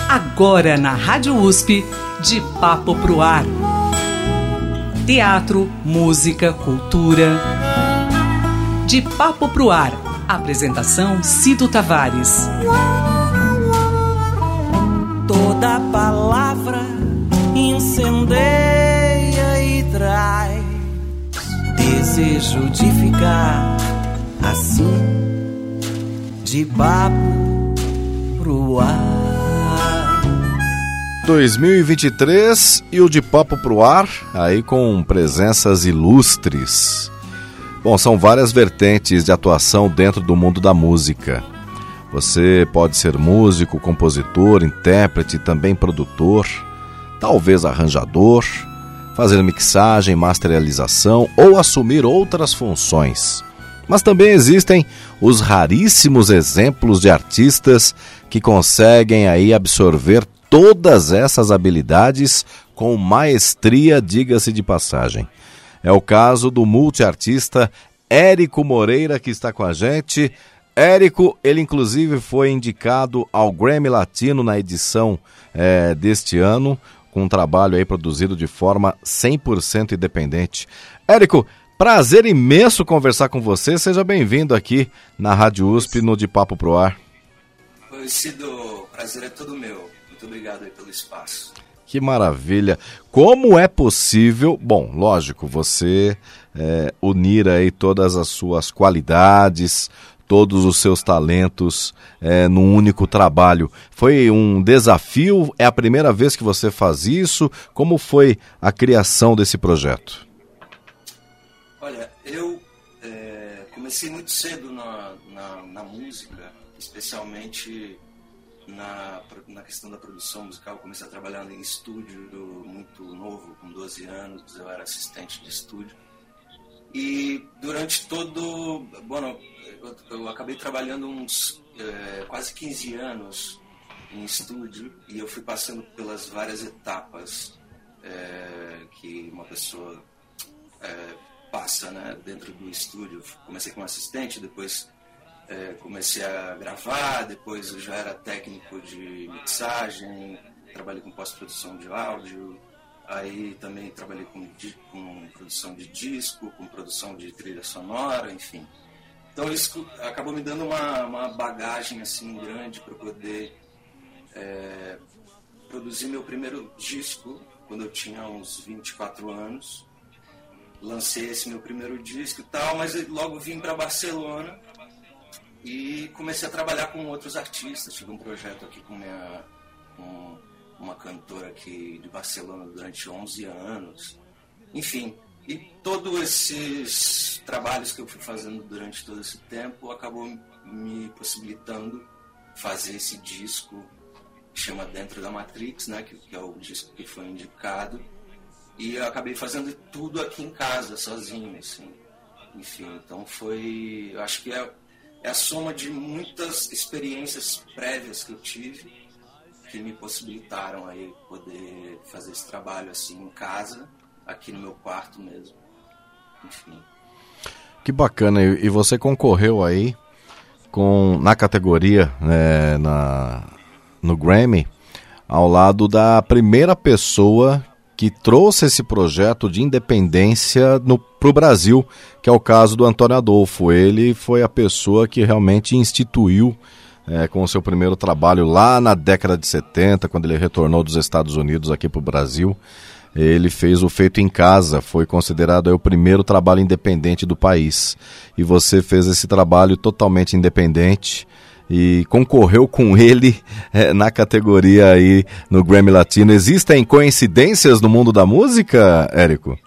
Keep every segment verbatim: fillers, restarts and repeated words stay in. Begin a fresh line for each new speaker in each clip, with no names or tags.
Agora na Rádio U S P, De Papo Pro Ar. Teatro, música, cultura. De Papo Pro Ar. Apresentação Cido Tavares.
Toda palavra incendeia e traz desejo de ficar assim, de papo pro ar.
dois mil e vinte e três e o De Papo Pro Ar, aí com presenças ilustres. Bom, são várias vertentes de atuação dentro do mundo da música. Você pode ser músico, compositor, intérprete, também produtor, talvez arranjador, fazer mixagem, masterização ou assumir outras funções. Mas também existem os raríssimos exemplos de artistas que conseguem aí absorver todas essas habilidades com maestria, diga-se de passagem. É o caso do multiartista Érico Moreira, que está com a gente. Érico, ele inclusive foi indicado ao Grammy Latino na edição é, deste ano, com um trabalho aí produzido de forma cem por cento independente. Érico, prazer imenso conversar com você, seja bem-vindo aqui na Rádio U S P, no De Papo Pro Ar.
Oi, Cido, prazer é todo meu, muito obrigado aí pelo espaço.
Que maravilha! Como é possível, bom, lógico, você é, unir aí todas as suas qualidades, todos os seus talentos é, num único trabalho. Foi um desafio? É a primeira vez que você faz isso? Como foi a criação desse projeto?
Olha, eu é, comecei muito cedo na, na, na música, especialmente na, na questão da produção musical. Eu comecei a trabalhar em estúdio muito novo, com doze anos, eu era assistente de estúdio. E durante todo... Bom, eu, eu acabei trabalhando uns é, quase quinze anos em estúdio e eu fui passando pelas várias etapas é, que uma pessoa é, passa, né, dentro do estúdio. Comecei como assistente, depois é, comecei a gravar, depois eu já era técnico de mixagem, trabalhei com pós-produção de áudio. Aí também trabalhei com, com produção de disco, com produção de trilha sonora, enfim. Então isso acabou me dando uma, uma bagagem assim grande para poder é, produzir meu primeiro disco quando eu tinha uns vinte e quatro anos. Lancei esse meu primeiro disco e tal, mas logo vim para Barcelona e comecei a trabalhar com outros artistas. Tive um projeto aqui com minha... Com, uma cantora aqui de Barcelona durante onze anos, enfim, e todos esses trabalhos que eu fui fazendo durante todo esse tempo acabou me possibilitando fazer esse disco que chama Dentro da Matrix, né, que, que é o disco que foi indicado, e eu acabei fazendo tudo aqui em casa, sozinho, assim, enfim, então foi, eu acho que é, é a soma de muitas experiências prévias que eu tive, que me possibilitaram aí poder fazer esse trabalho assim em casa, aqui no meu quarto mesmo. Enfim.
Que bacana, e você concorreu aí com, na categoria, né, na, no Grammy, ao lado da primeira pessoa que trouxe esse projeto de independência para o Brasil, que é o caso do Antônio Adolfo. Ele foi a pessoa que realmente instituiu É, com o seu primeiro trabalho lá na década de setenta, quando ele retornou dos Estados Unidos aqui para o Brasil. Ele fez o Feito em Casa, foi considerado aí o primeiro trabalho independente do país. E você fez esse trabalho totalmente independente e concorreu com ele é, na categoria aí no Grammy Latino. Existem coincidências no mundo da música, Érico?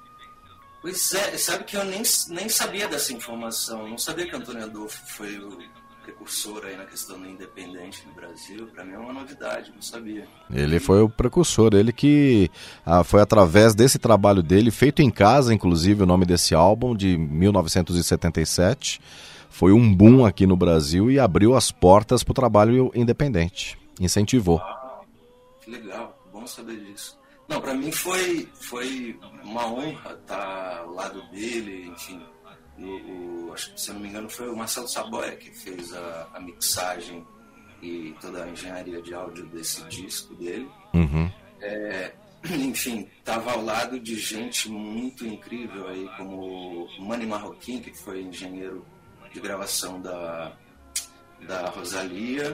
Pois é, sabe que eu nem, nem sabia dessa informação. Não sabia que Antônio Adolfo foi o precursor aí na questão do independente no Brasil. Para mim é uma novidade, não sabia.
Ele foi o precursor, ele que ah, foi através desse trabalho dele, Feito em Casa, inclusive o nome desse álbum, de mil novecentos e setenta e sete, foi um boom aqui no Brasil e abriu as portas para o trabalho independente, incentivou.
Ah, que legal, bom saber disso. Não, para mim foi, foi uma honra estar ao lado dele, enfim. O, o, acho que, se eu não me engano, foi o Marcelo Saboia que fez a, a mixagem e toda a engenharia de áudio desse disco dele.
Uhum.
É, enfim, estava ao lado de gente muito incrível aí, como Manny Marroquin, que foi engenheiro de gravação da, da Rosalía,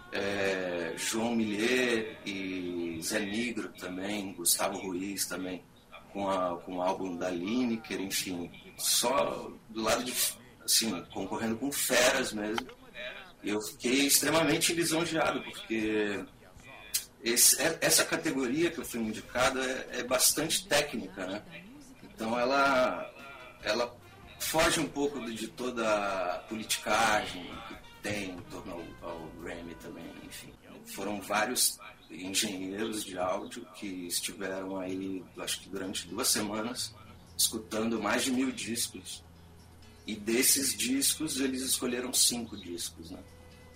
é, João Millet e Zé Nigro também, Gustavo Ruiz também, com, a, com o álbum da Lineker, enfim, só do lado de, assim, concorrendo com feras mesmo. E eu fiquei extremamente lisonjeado, porque esse, essa categoria que eu fui indicado é, é bastante técnica, né? Então ela, ela foge um pouco de toda a politicagem que tem em torno ao, ao Grammy também, enfim. Foram vários engenheiros de áudio que estiveram aí, acho que durante duas semanas, escutando mais de mil discos. E desses discos, eles escolheram cinco discos, né?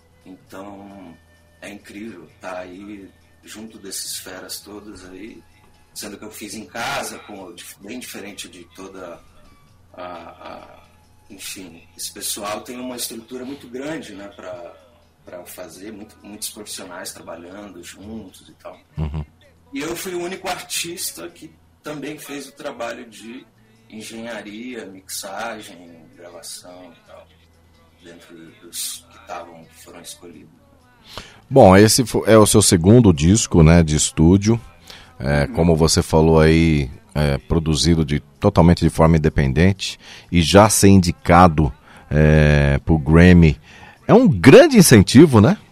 Então, é incrível estar aí junto desses feras todos aí, sendo que eu fiz em casa, com, bem diferente de toda a, a... Enfim, esse pessoal tem uma estrutura muito grande, né, para fazer, muito, muitos profissionais trabalhando juntos e tal.
Uhum. E
eu fui o único artista que também fez o trabalho de engenharia, mixagem, gravação e tal, dentro dos que estavam, que foram escolhidos.
Bom, esse é o seu segundo disco, né, de estúdio, é, uhum. Como você falou aí, é, produzido de, totalmente de forma independente e já ser indicado é, pro Grammy, é um grande incentivo, né?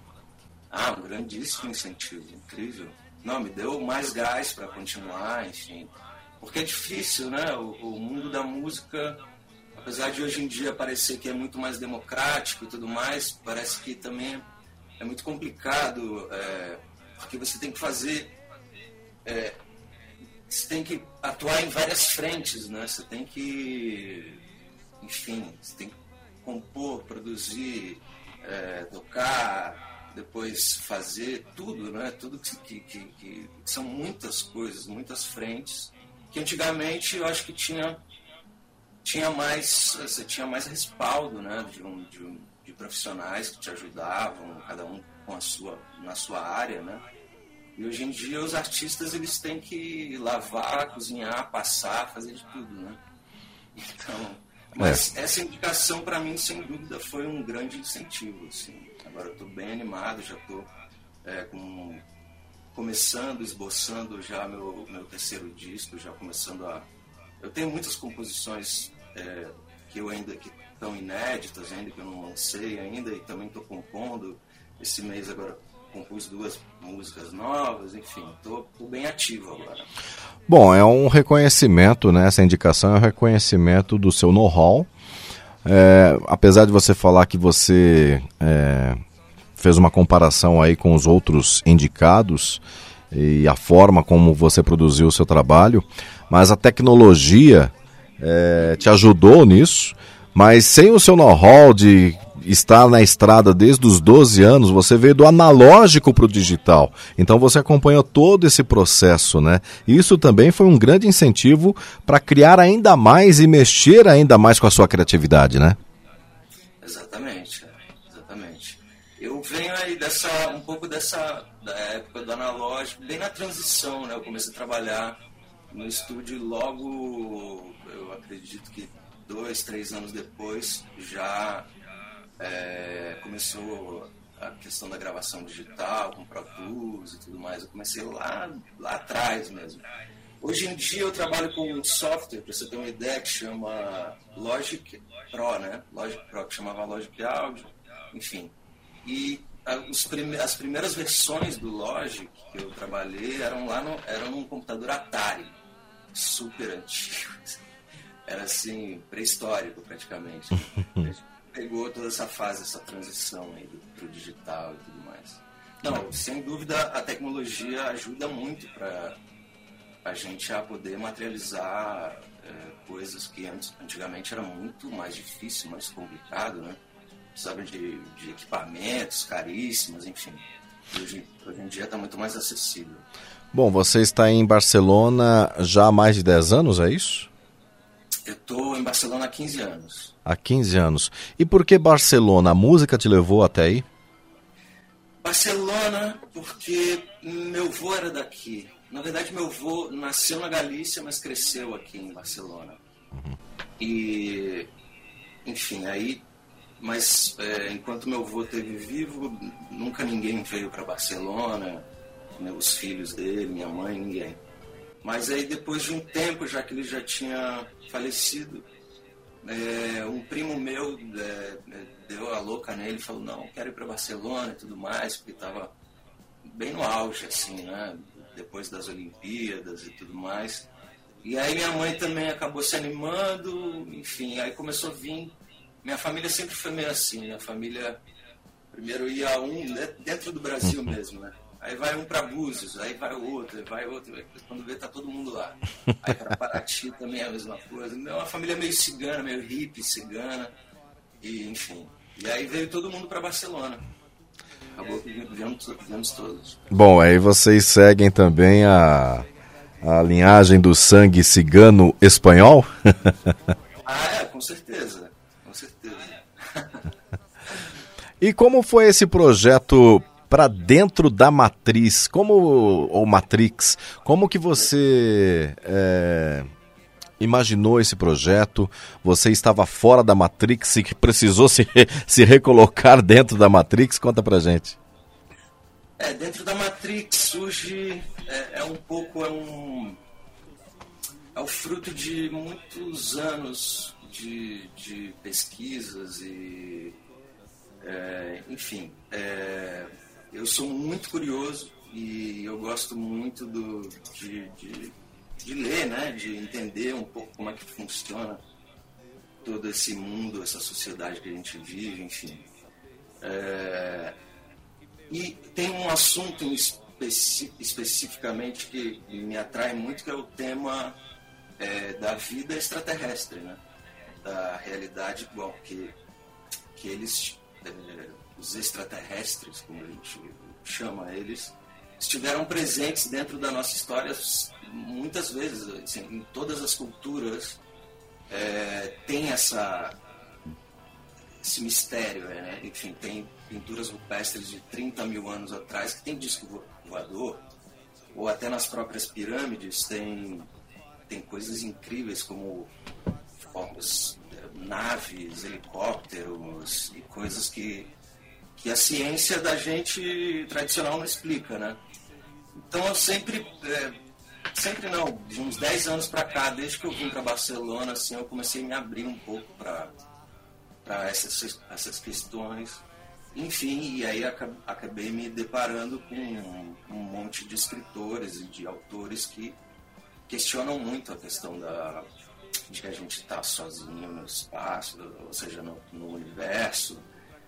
Ah, um grandíssimo incentivo, incrível. Não, me deu mais gás para continuar, enfim. Porque é difícil, né? O, o mundo da música, apesar de hoje em dia parecer que é muito mais democrático e tudo mais, parece que também é muito complicado, é, porque você tem que fazer... É, você tem que atuar em várias frentes, né? Você tem que... Enfim, você tem que compor, produzir, é, tocar, depois fazer tudo, né? Tudo que, que, que, que são muitas coisas, muitas frentes, que antigamente eu acho que tinha, tinha mais, você tinha mais respaldo, né? De, um, de, um, de profissionais que te ajudavam, cada um com a sua, na sua área, né? E hoje em dia os artistas eles têm que lavar, cozinhar, passar, fazer de tudo, né? Então, mas é. Essa indicação para mim, sem dúvida, foi um grande incentivo, assim. Agora eu estou bem animado, já estou é, com, começando, esboçando já meu, meu terceiro disco, já começando a... Eu tenho muitas composições é, que eu ainda que estão inéditas ainda, que eu não lancei ainda, e também estou compondo. Esse mês agora compus duas músicas novas, enfim, estou bem ativo agora.
Bom, é um reconhecimento, né? Essa indicação é um reconhecimento do seu know-how. É, apesar de você falar que você é, fez uma comparação aí com os outros indicados e a forma como você produziu o seu trabalho, mas a tecnologia é, te ajudou nisso, mas sem o seu know-how de estar na estrada desde os doze anos, você veio do analógico para o digital. Então você acompanhou todo esse processo, né? E isso também foi um grande incentivo para criar ainda mais e mexer ainda mais com a sua criatividade, né?
Exatamente, exatamente. Eu venho aí dessa, um pouco dessa da época do analógico, bem na transição, né? Eu comecei a trabalhar no estúdio logo, eu acredito que dois, três anos depois, já é, começou a questão da gravação digital, com Pro Tools e tudo mais. Eu comecei lá, lá atrás mesmo. Hoje em dia eu trabalho com um software, para você ter uma ideia, que chama Logic Pro, né? Logic Pro, que chamava Logic Audio, enfim. E a, os prime- as primeiras versões do Logic que eu trabalhei eram lá no, eram num computador Atari, super antigo. Era assim, pré-histórico praticamente. A gente pegou toda essa fase, essa transição aí do, pro digital e tudo mais. Não, sem dúvida a tecnologia ajuda muito para a gente a poder materializar é, coisas que antes, antigamente era muito mais difícil, mais complicado, né? Precisava de, de equipamentos caríssimos, enfim. Hoje, hoje em dia está muito mais acessível.
Bom, você está em Barcelona já há mais de dez anos, é isso?
Eu estou em Barcelona há quinze anos.
Há quinze anos. E por que Barcelona? A música te levou até aí?
Barcelona, porque meu avô era daqui. Na verdade, meu avô nasceu na Galícia, mas cresceu aqui em Barcelona. E, enfim, aí... Mas é, enquanto meu avô esteve vivo, nunca ninguém veio para Barcelona, meus filhos dele, minha mãe, ninguém. Mas aí depois de um tempo, já que ele já tinha falecido, é, um primo meu é, deu a louca nele e falou, não, quero ir para Barcelona e tudo mais, porque estava bem no auge, assim, né? Depois das Olimpíadas e tudo mais. E aí minha mãe também acabou se animando, enfim, aí começou a vir. Minha família sempre foi meio assim, minha família primeiro ia um né, dentro do Brasil mesmo, né? Aí vai um para Búzios, aí vai o outro, aí vai outro, aí quando vê tá todo mundo lá. Aí para Paraty também é a mesma coisa. É uma família meio cigana, meio hippie, cigana, e enfim. E aí veio todo mundo para Barcelona. Acabou que viemos, viemos todos.
Bom, aí vocês seguem também a, a linhagem do sangue cigano espanhol?
Ah, é, com certeza, com certeza.
E como foi esse projeto para dentro da Matriz, como ou Matrix? Como que você é, imaginou esse projeto? Você estava fora da Matrix e que precisou se, se recolocar dentro da Matrix? Conta pra gente.
É, dentro da Matrix surge, é, é um pouco, é um... é o fruto de muitos anos de, de pesquisas e... É, enfim, é, eu sou muito curioso e eu gosto muito do, de, de, de ler, né, de entender um pouco como é que funciona todo esse mundo, essa sociedade que a gente vive, enfim. É, e tem um assunto especi, especificamente que me atrai muito, que é o tema é, da vida extraterrestre, né, da realidade, bom, que, que eles... os extraterrestres, como a gente chama eles, estiveram presentes dentro da nossa história muitas vezes, assim, em todas as culturas é, tem essa, esse mistério, né? Enfim, tem pinturas rupestres de trinta mil anos atrás que tem disco voador, ou até nas próprias pirâmides tem, tem coisas incríveis como formas, naves, helicópteros e coisas que, que a ciência da gente tradicional não explica, né? Então eu sempre, é, sempre não, de uns dez anos para cá, desde que eu vim para Barcelona, assim, eu comecei a me abrir um pouco para para essas, essas questões. Enfim, e aí acabei me deparando com um, um monte de escritores e de autores que questionam muito a questão da de que a gente está sozinho no espaço, ou seja, no, no universo.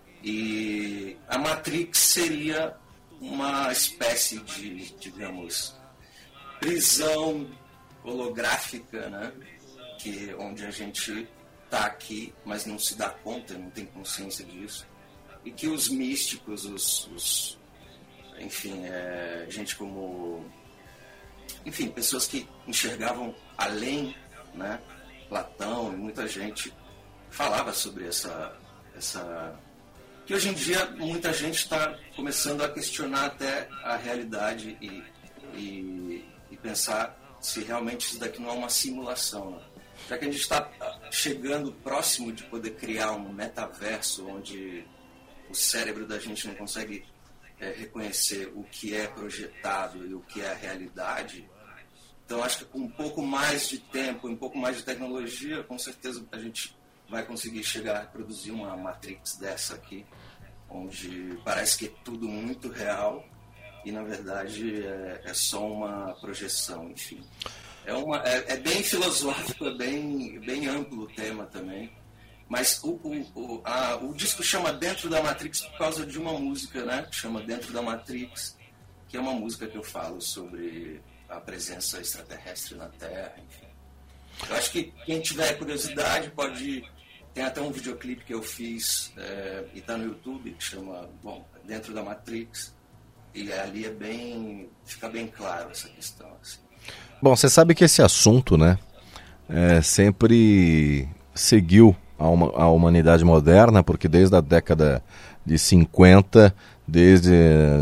E a Matrix seria uma espécie de, digamos, prisão holográfica, né? Que, onde a gente está aqui, mas não se dá conta, não tem consciência disso. E que os místicos, os, os enfim, é, gente como... Enfim, pessoas que enxergavam além, né? Platão e muita gente falava sobre essa, essa... que hoje em dia muita gente está começando a questionar até a realidade e, e, e pensar se realmente isso daqui não é uma simulação, né? Já que a gente está chegando próximo de poder criar um metaverso onde o cérebro da gente não consegue é, reconhecer o que é projetado e o que é a realidade. Então, acho que com um pouco mais de tempo, um pouco mais de tecnologia, com certeza a gente vai conseguir chegar a produzir uma Matrix dessa aqui, onde parece que é tudo muito real e, na verdade, é, é só uma projeção, enfim. É, uma, é, é bem filosófico, é bem, bem amplo o tema também, mas o, o, o, a, o disco chama Dentro da Matrix por causa de uma música, né? Chama Dentro da Matrix, que é uma música que eu falo sobre a presença extraterrestre na Terra, enfim. Eu acho que quem tiver curiosidade pode... Tem até um videoclipe que eu fiz é, e está no YouTube, que chama, bom, Dentro da Matrix, e ali é bem... fica bem claro essa questão, assim.
Bom, você sabe que esse assunto, né, é, sempre seguiu a, uma, a humanidade moderna, porque desde a década de cinquenta, desde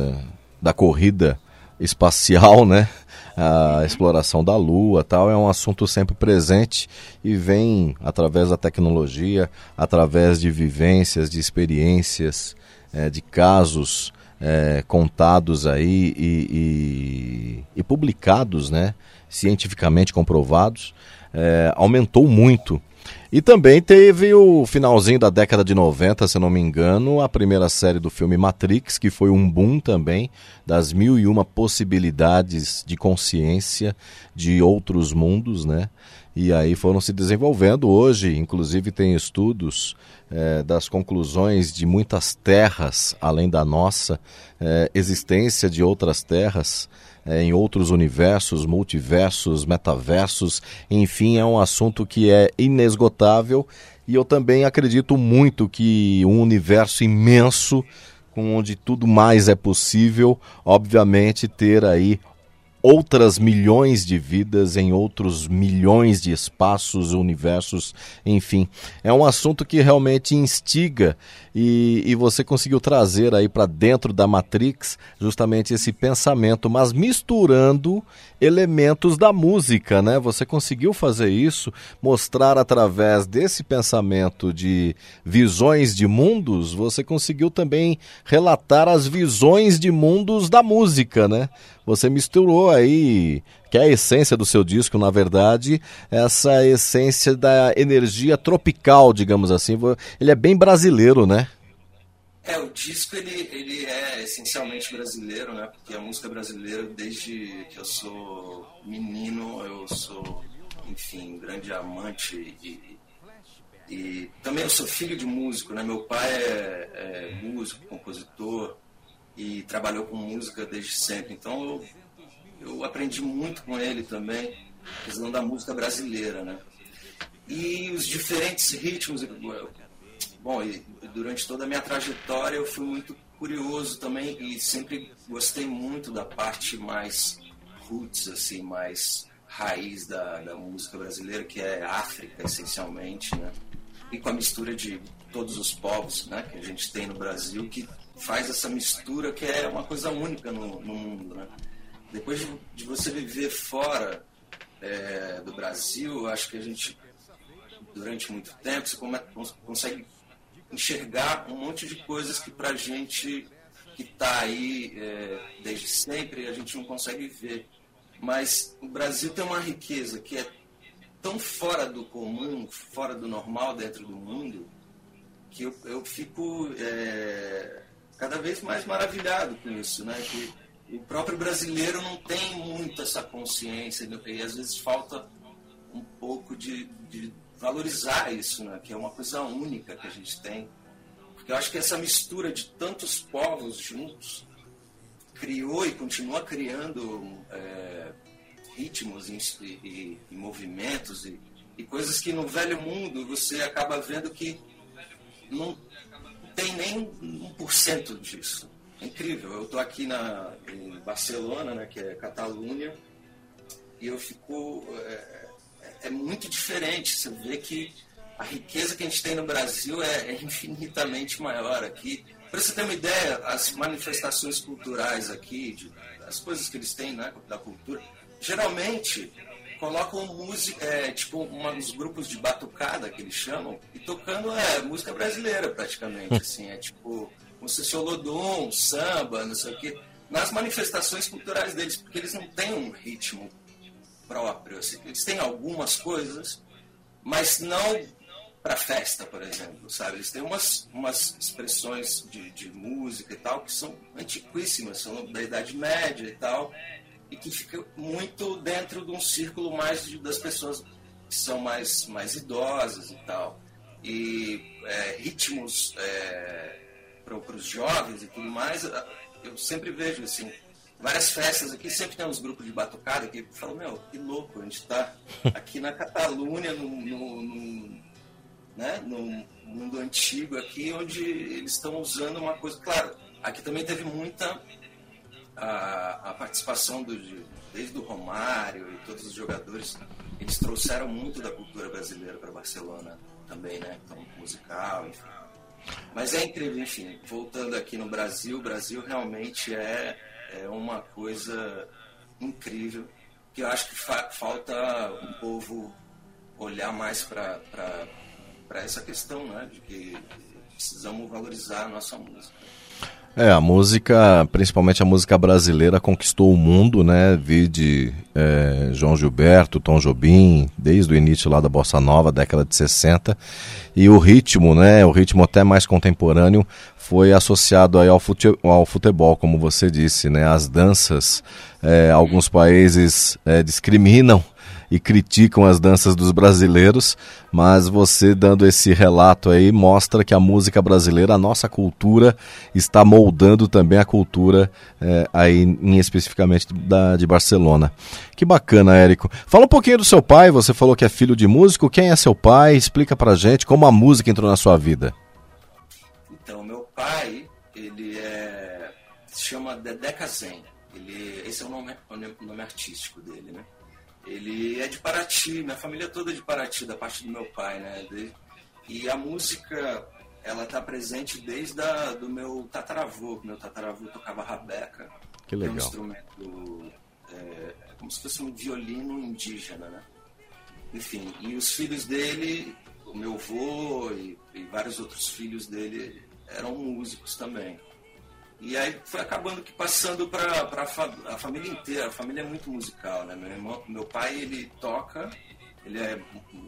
da corrida espacial, né? A exploração da Lua, tal, é um assunto sempre presente e vem através da tecnologia, através de vivências, de experiências, é, de casos é, contados aí e, e, e publicados, né? Cientificamente comprovados, é, aumentou muito. E também teve o finalzinho da década de noventa, se não me engano, a primeira série do filme Matrix, que foi um boom também, das mil e uma possibilidades de consciência de outros mundos, né? E aí foram se desenvolvendo. Hoje, inclusive, tem estudos é, das conclusões de muitas terras, além da nossa, é, existência de outras terras, É, em outros universos, multiversos, metaversos, enfim, é um assunto que é inesgotável e eu também acredito muito que um universo imenso, onde tudo mais é possível, obviamente ter aí outras milhões de vidas em outros milhões de espaços, universos, enfim. É um assunto que realmente instiga e, e você conseguiu trazer aí para dentro da Matrix justamente esse pensamento, mas misturando elementos da música, né? Você conseguiu fazer isso, mostrar através desse pensamento de visões de mundos, você conseguiu também relatar as visões de mundos da música, né? Você misturou aí, que é a essência do seu disco, na verdade, essa essência da energia tropical, digamos assim. Ele é bem brasileiro, né?
É, o disco ele, ele é essencialmente brasileiro, né? Porque a música brasileira, desde que eu sou menino, eu sou, enfim, um grande amante e, e também eu sou filho de músico, né? Meu pai é, é músico, compositor, e trabalhou com música desde sempre. Então eu, eu aprendi muito com ele também, a questão da música brasileira, né? E os diferentes ritmos. Bom, e durante toda a minha trajetória eu fui muito curioso também e sempre gostei muito da parte mais roots, assim, mais raiz da, da música brasileira, que é África, essencialmente, né? E com a mistura de todos os povos, né, que a gente tem no Brasil, que faz essa mistura que é uma coisa única no, no mundo, né? Depois de, de você viver fora é, do Brasil, eu acho que a gente, durante muito tempo, você come, consegue enxergar um monte de coisas que pra gente que tá aí é, desde sempre, a gente não consegue ver. Mas o Brasil tem uma riqueza que é tão fora do comum, fora do normal dentro do mundo, que eu, eu fico é, cada vez mais maravilhado com isso, né? Que o próprio brasileiro não tem muito essa consciência e às vezes falta um pouco de, de valorizar isso, né? Que é uma coisa única que a gente tem. Porque eu acho que essa mistura de tantos povos juntos criou e continua criando é, ritmos e, e, e movimentos e, e coisas que no velho mundo você acaba vendo que não tem nem um por cento disso. É incrível. Eu estou aqui na, em Barcelona, né, que é Catalunha, e eu fico... É, é muito diferente. Você vê que a riqueza que a gente tem no Brasil é, é infinitamente maior aqui. Para você ter uma ideia, as manifestações culturais aqui, de, as coisas que eles têm, né, da cultura, geralmente colocam música, é, tipo uma, uns grupos de batucada que eles chamam, e tocando é, música brasileira praticamente, assim, é tipo um sociolodum, um samba, não sei o quê, nas manifestações culturais deles, porque eles não têm um ritmo próprio, assim, eles têm algumas coisas, mas não para festa, por exemplo, sabe? Eles têm umas, umas expressões de, de música e tal que são antiquíssimas, são da Idade Média e tal, e que fica muito dentro de um círculo mais de, das pessoas que são mais, mais idosas e tal. E é, ritmos é, para os jovens e tudo mais, eu sempre vejo assim, várias festas aqui, sempre tem uns grupos de batucada que falam, meu, que louco, a gente está aqui na Catalunha, no, no, no, né, no mundo antigo aqui, onde eles estão usando uma coisa, claro, aqui também teve muita a, a participação do, desde o Romário e todos os jogadores, eles trouxeram muito da cultura brasileira para Barcelona também, né, então musical, enfim. Mas é incrível, enfim, voltando aqui no Brasil, o Brasil realmente é, é uma coisa incrível, que eu acho que fa- falta um povo olhar mais para essa questão, né, de que precisamos valorizar a nossa música.
É, a música, principalmente a música brasileira, conquistou o mundo, né? Vide é, João Gilberto, Tom Jobim, desde o início lá da Bossa Nova, década de sessenta. E o ritmo, né? O ritmo até mais contemporâneo foi associado aí ao, fute, ao futebol, como você disse, né? As danças, é, alguns países é, discriminam e criticam as danças dos brasileiros, mas você dando esse relato aí mostra que a música brasileira, a nossa cultura, está moldando também a cultura é, aí em, especificamente da, de Barcelona. Que bacana, Érico. Fala um pouquinho do seu pai, você falou que é filho de músico, quem é seu pai? Explica pra gente como a música entrou na sua vida.
Então, meu pai, ele é, se chama Dedé Cazen, ele, esse é o nome, o nome artístico dele, né? Ele é de Paraty, minha família toda é de Paraty, da parte do meu pai, né? De, e a música, ela tá presente desde a, do meu tataravô, meu tataravô tocava rabeca.
Que legal.
Que é um instrumento, é, como se fosse um violino indígena, né? Enfim, e os filhos dele, o meu avô e, e vários outros filhos dele eram músicos também. E aí foi acabando que passando para a família inteira. A família é muito musical, né? Meu irmão, meu pai, ele toca, ele é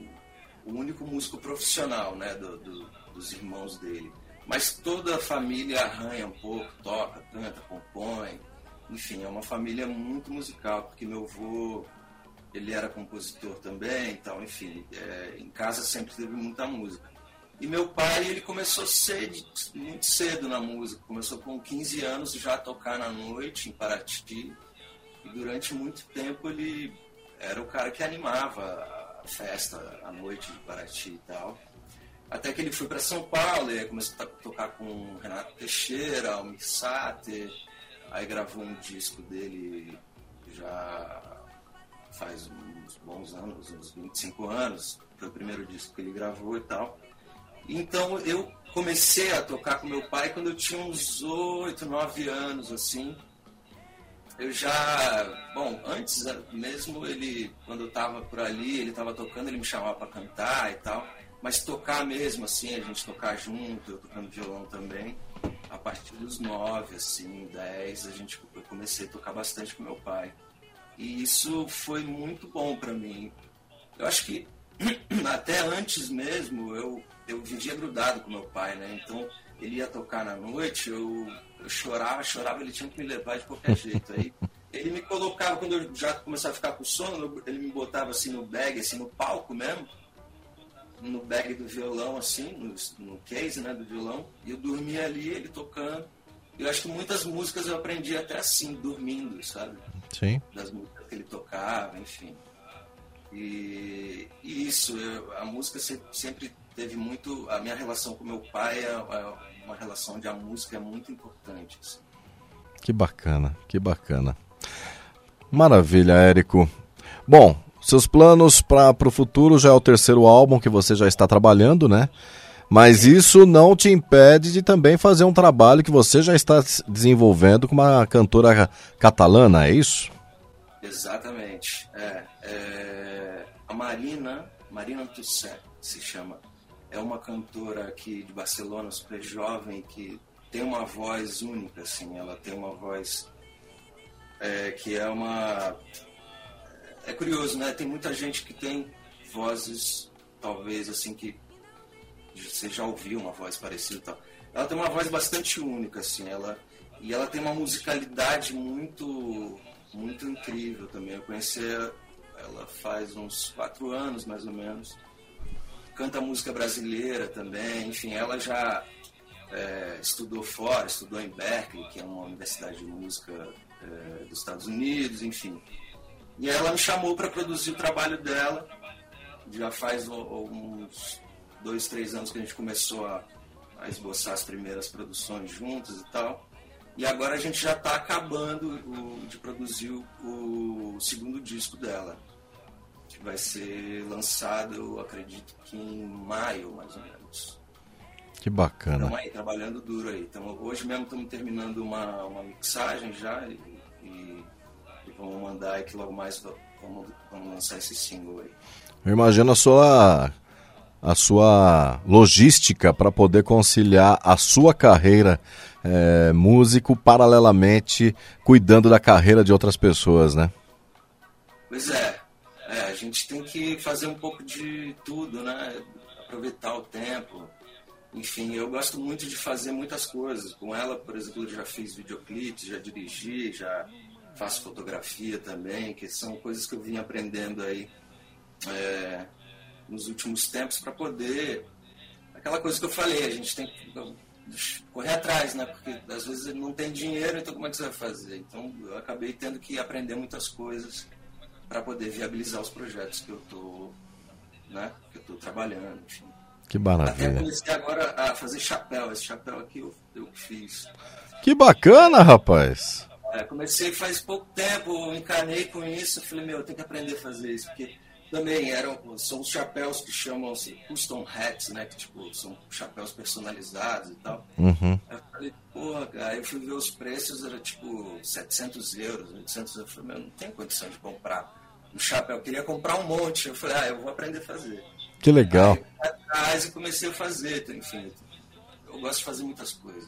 o único músico profissional, né, do, do, dos irmãos dele. Mas toda a família arranha um pouco, toca, canta, compõe. Enfim, é uma família muito musical, porque meu avô, ele era compositor também, então, enfim, é, em casa sempre teve muita música. E meu pai, ele começou cedo, muito cedo na música, começou com quinze anos já a tocar na noite em Paraty, e durante muito tempo ele era o cara que animava a festa, a noite de Paraty e tal. Até que ele foi para São Paulo, e aí começou a tocar com Renato Teixeira, Almir Sater, aí gravou um disco dele já faz uns bons anos, uns vinte e cinco anos, foi o primeiro disco que ele gravou e tal. Então eu comecei a tocar com meu pai quando eu tinha uns oito, nove anos, assim. Eu já, bom, antes mesmo ele, quando eu tava por ali, ele tava tocando, ele me chamava para cantar e tal. Mas tocar mesmo, assim, a gente tocar junto, eu tocando violão também, a partir dos nove, assim, dez, a gente, eu comecei a tocar bastante com meu pai. E isso foi muito bom para mim. Eu acho que até antes mesmo, eu, eu vivia grudado com meu pai, né? Então, ele ia tocar na noite, eu, eu chorava, chorava, ele tinha que me levar de qualquer jeito. Aí, ele me colocava, quando eu já começava a ficar com sono, ele me botava assim no bag, assim, no palco mesmo, no bag do violão, assim, no, no case, né, do violão, e eu dormia ali, ele tocando. Eu acho que muitas músicas eu aprendi até assim, dormindo, sabe?
Sim.
Das músicas que ele tocava, enfim. E, e isso, eu, a música sempre teve muito... A minha relação com meu pai é, é uma relação onde a música é muito importante. Assim.
Que bacana, que bacana. Maravilha, Érico. Bom, seus planos para o futuro já é o terceiro álbum que você já está trabalhando, né? Mas isso não te impede de também fazer um trabalho que você já está desenvolvendo com uma cantora catalana, é isso?
Exatamente. É, é, a Marina, Marina Tusset se chama. É uma cantora aqui de Barcelona, super jovem, que tem uma voz única, assim. Ela tem uma voz é, que é uma... É curioso, né? Tem muita gente que tem vozes, talvez, assim, que você já ouviu uma voz parecida e tal. Ela tem uma voz bastante única, assim. Ela, e ela tem uma musicalidade muito... muito incrível também. Eu conheci ela faz uns quatro anos, mais ou menos. Canta música brasileira também. Enfim, ela já é, estudou fora, estudou em Berkeley, que é uma universidade de música é, dos Estados Unidos, enfim. E ela me chamou para produzir o trabalho dela. Já faz uns dois, três anos que a gente começou a, a esboçar as primeiras produções juntos e tal. E agora a gente já está acabando o, de produzir o, o segundo disco dela, que vai ser lançado, eu acredito que em maio, mais ou menos.
Que bacana.
Estamos aí, trabalhando duro aí. Então, hoje mesmo estamos terminando uma, uma mixagem já e, e, e vamos mandar aí que logo mais vamos, vamos lançar esse single aí.
Eu imagino a sua, a sua logística para poder conciliar a sua carreira é, músico paralelamente cuidando da carreira de outras pessoas, né?
Pois é, é, a gente tem que fazer um pouco de tudo, né? Aproveitar o tempo. Enfim, eu gosto muito de fazer muitas coisas. Com ela, por exemplo, eu já fiz videoclipes, já dirigi, já faço fotografia também, que são coisas que eu vim aprendendo aí é, nos últimos tempos para poder... Aquela coisa que eu falei, a gente tem que correr atrás, né? Porque às vezes não tem dinheiro, então como é que você vai fazer? Então eu acabei tendo que aprender muitas coisas para poder viabilizar os projetos que eu tô, né? Que eu tô trabalhando, enfim.
Que maravilha.
Até comecei agora a fazer chapéu. Esse chapéu aqui eu, eu fiz.
Que bacana, rapaz.
É, comecei faz pouco tempo, eu encanei com isso. Falei, meu, eu tenho que aprender a fazer isso. Porque também eram, são os chapéus que chamam-se custom hats, né? Que tipo, são chapéus personalizados e tal.
Uhum.
Aí eu falei, porra, cara. Aí eu fui ver os preços, era tipo setecentos euros, oitocentos euros. Eu falei, meu, não tenho condição de comprar um chapéu. Eu queria comprar um monte. Eu falei, ah, eu vou aprender a fazer.
Que legal.
Aí, atrás e comecei a fazer, enfim, eu gosto de fazer muitas coisas.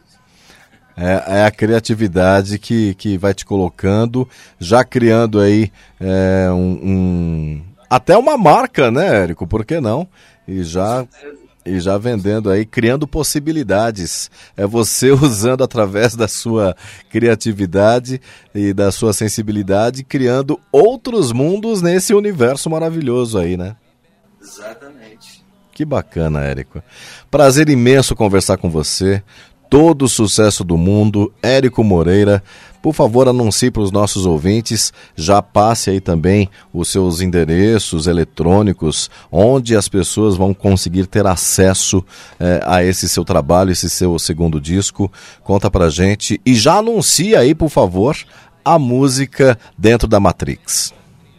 É, é a criatividade que, que vai te colocando, já criando aí é, um, um... até uma marca, né, Érico? Por que não? E já, e já vendendo aí, criando possibilidades. É você usando através da sua criatividade e da sua sensibilidade, criando outros mundos nesse universo maravilhoso aí, né?
Exatamente.
Que bacana, Érico. Prazer imenso conversar com você. Todo o sucesso do mundo. Érico Moreira, por favor, anuncie para os nossos ouvintes, já passe aí também os seus endereços eletrônicos, onde as pessoas vão conseguir ter acesso eh, a esse seu trabalho, esse seu segundo disco. Conta pra gente e já anuncia aí, por favor, a música Dentro da Matrix.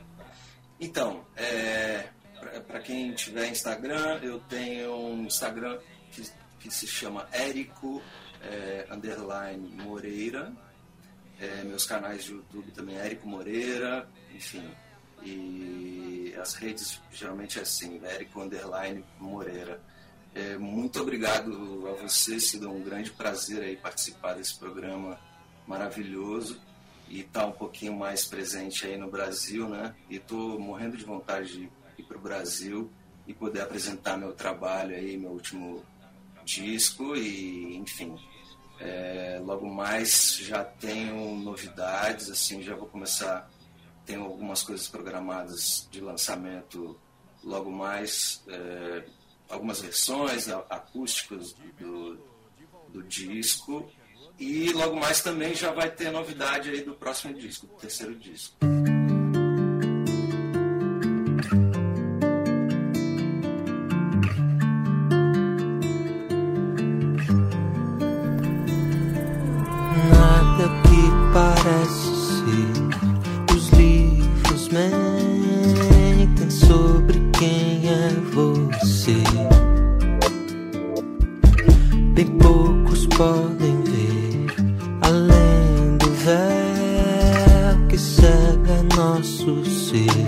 Então, é... para quem tiver Instagram, eu tenho um Instagram que, que se chama Érico é, underline Moreira. É, meus canais de YouTube também é Érico Moreira, enfim. E as redes geralmente é assim, Érico underline Moreira. É, muito obrigado a vocês, sido um grande prazer aí participar desse programa maravilhoso e estar um pouquinho mais presente aí no Brasil, né? E estou morrendo de vontade de ir para o Brasil e poder apresentar meu trabalho aí, meu último disco e, enfim, é, logo mais já tenho novidades, assim, já vou começar, tenho algumas coisas programadas de lançamento logo mais, é, algumas versões acústicas do, do disco e logo mais também já vai ter novidade aí do próximo disco, do terceiro disco.
Parece ser, os livros mentem sobre quem é você. Bem poucos podem ver além do véu que cega nosso ser.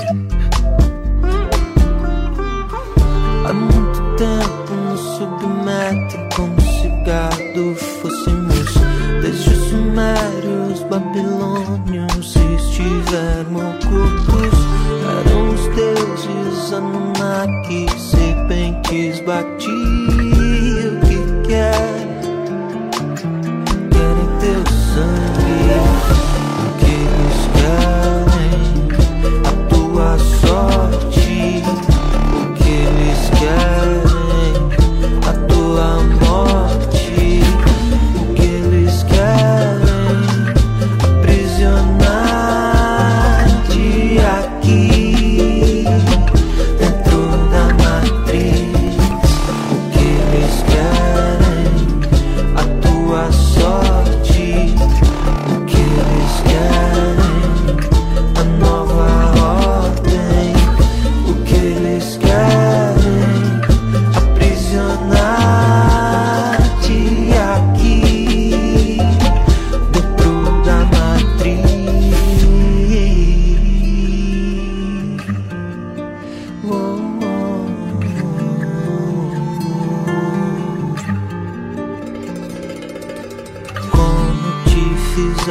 Há muito tempo nos submete como se gado fôssemos desde os sumérios, babilônios, se estivermos ocultos, eram os deuses Anunnaki, serpentes batiam o que querem, querem teu sangue, o que eles querem, a tua sorte, o que eles querem, a tua morte. Dentro da matriz, o que eles querem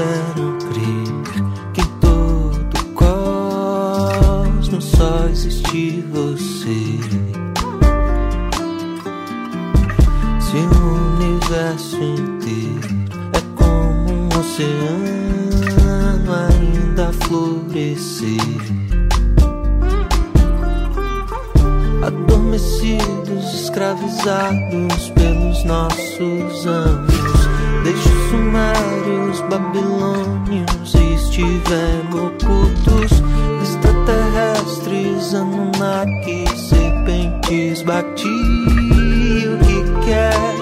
fizeram crer que em todo cosmos só existe você. Se o universo inteiro é como um oceano ainda a florescer, adormecidos, escravizados pelos nossos anos, desde os sumérios, babilônios, estivemos ocultos, extraterrestres, Anunnaki, serpentes, bati o que quer,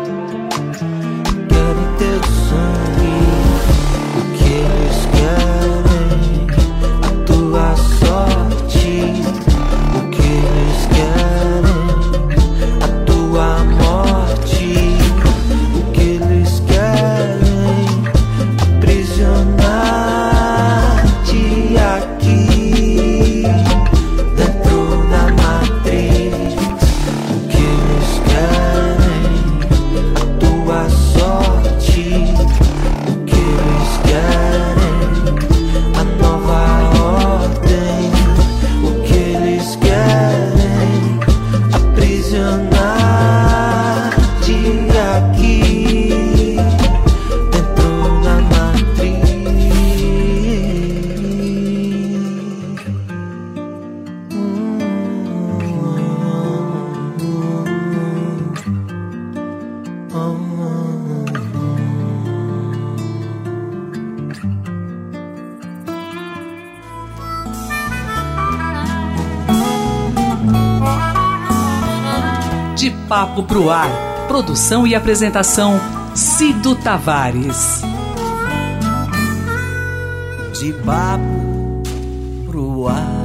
querem ter o sangue, o que eles querem, a tua sorte, o que eles querem, a tua morte, o que eles querem, aprisionar-te aqui dentro da matriz. O que eles querem, a tua sorte, o que eles querem, a nova ordem, o que eles querem, aprisionar-te aqui dentro da matriz.
De Papo pro Ar. Produção e apresentação Cido Tavares.
De papo pro ar.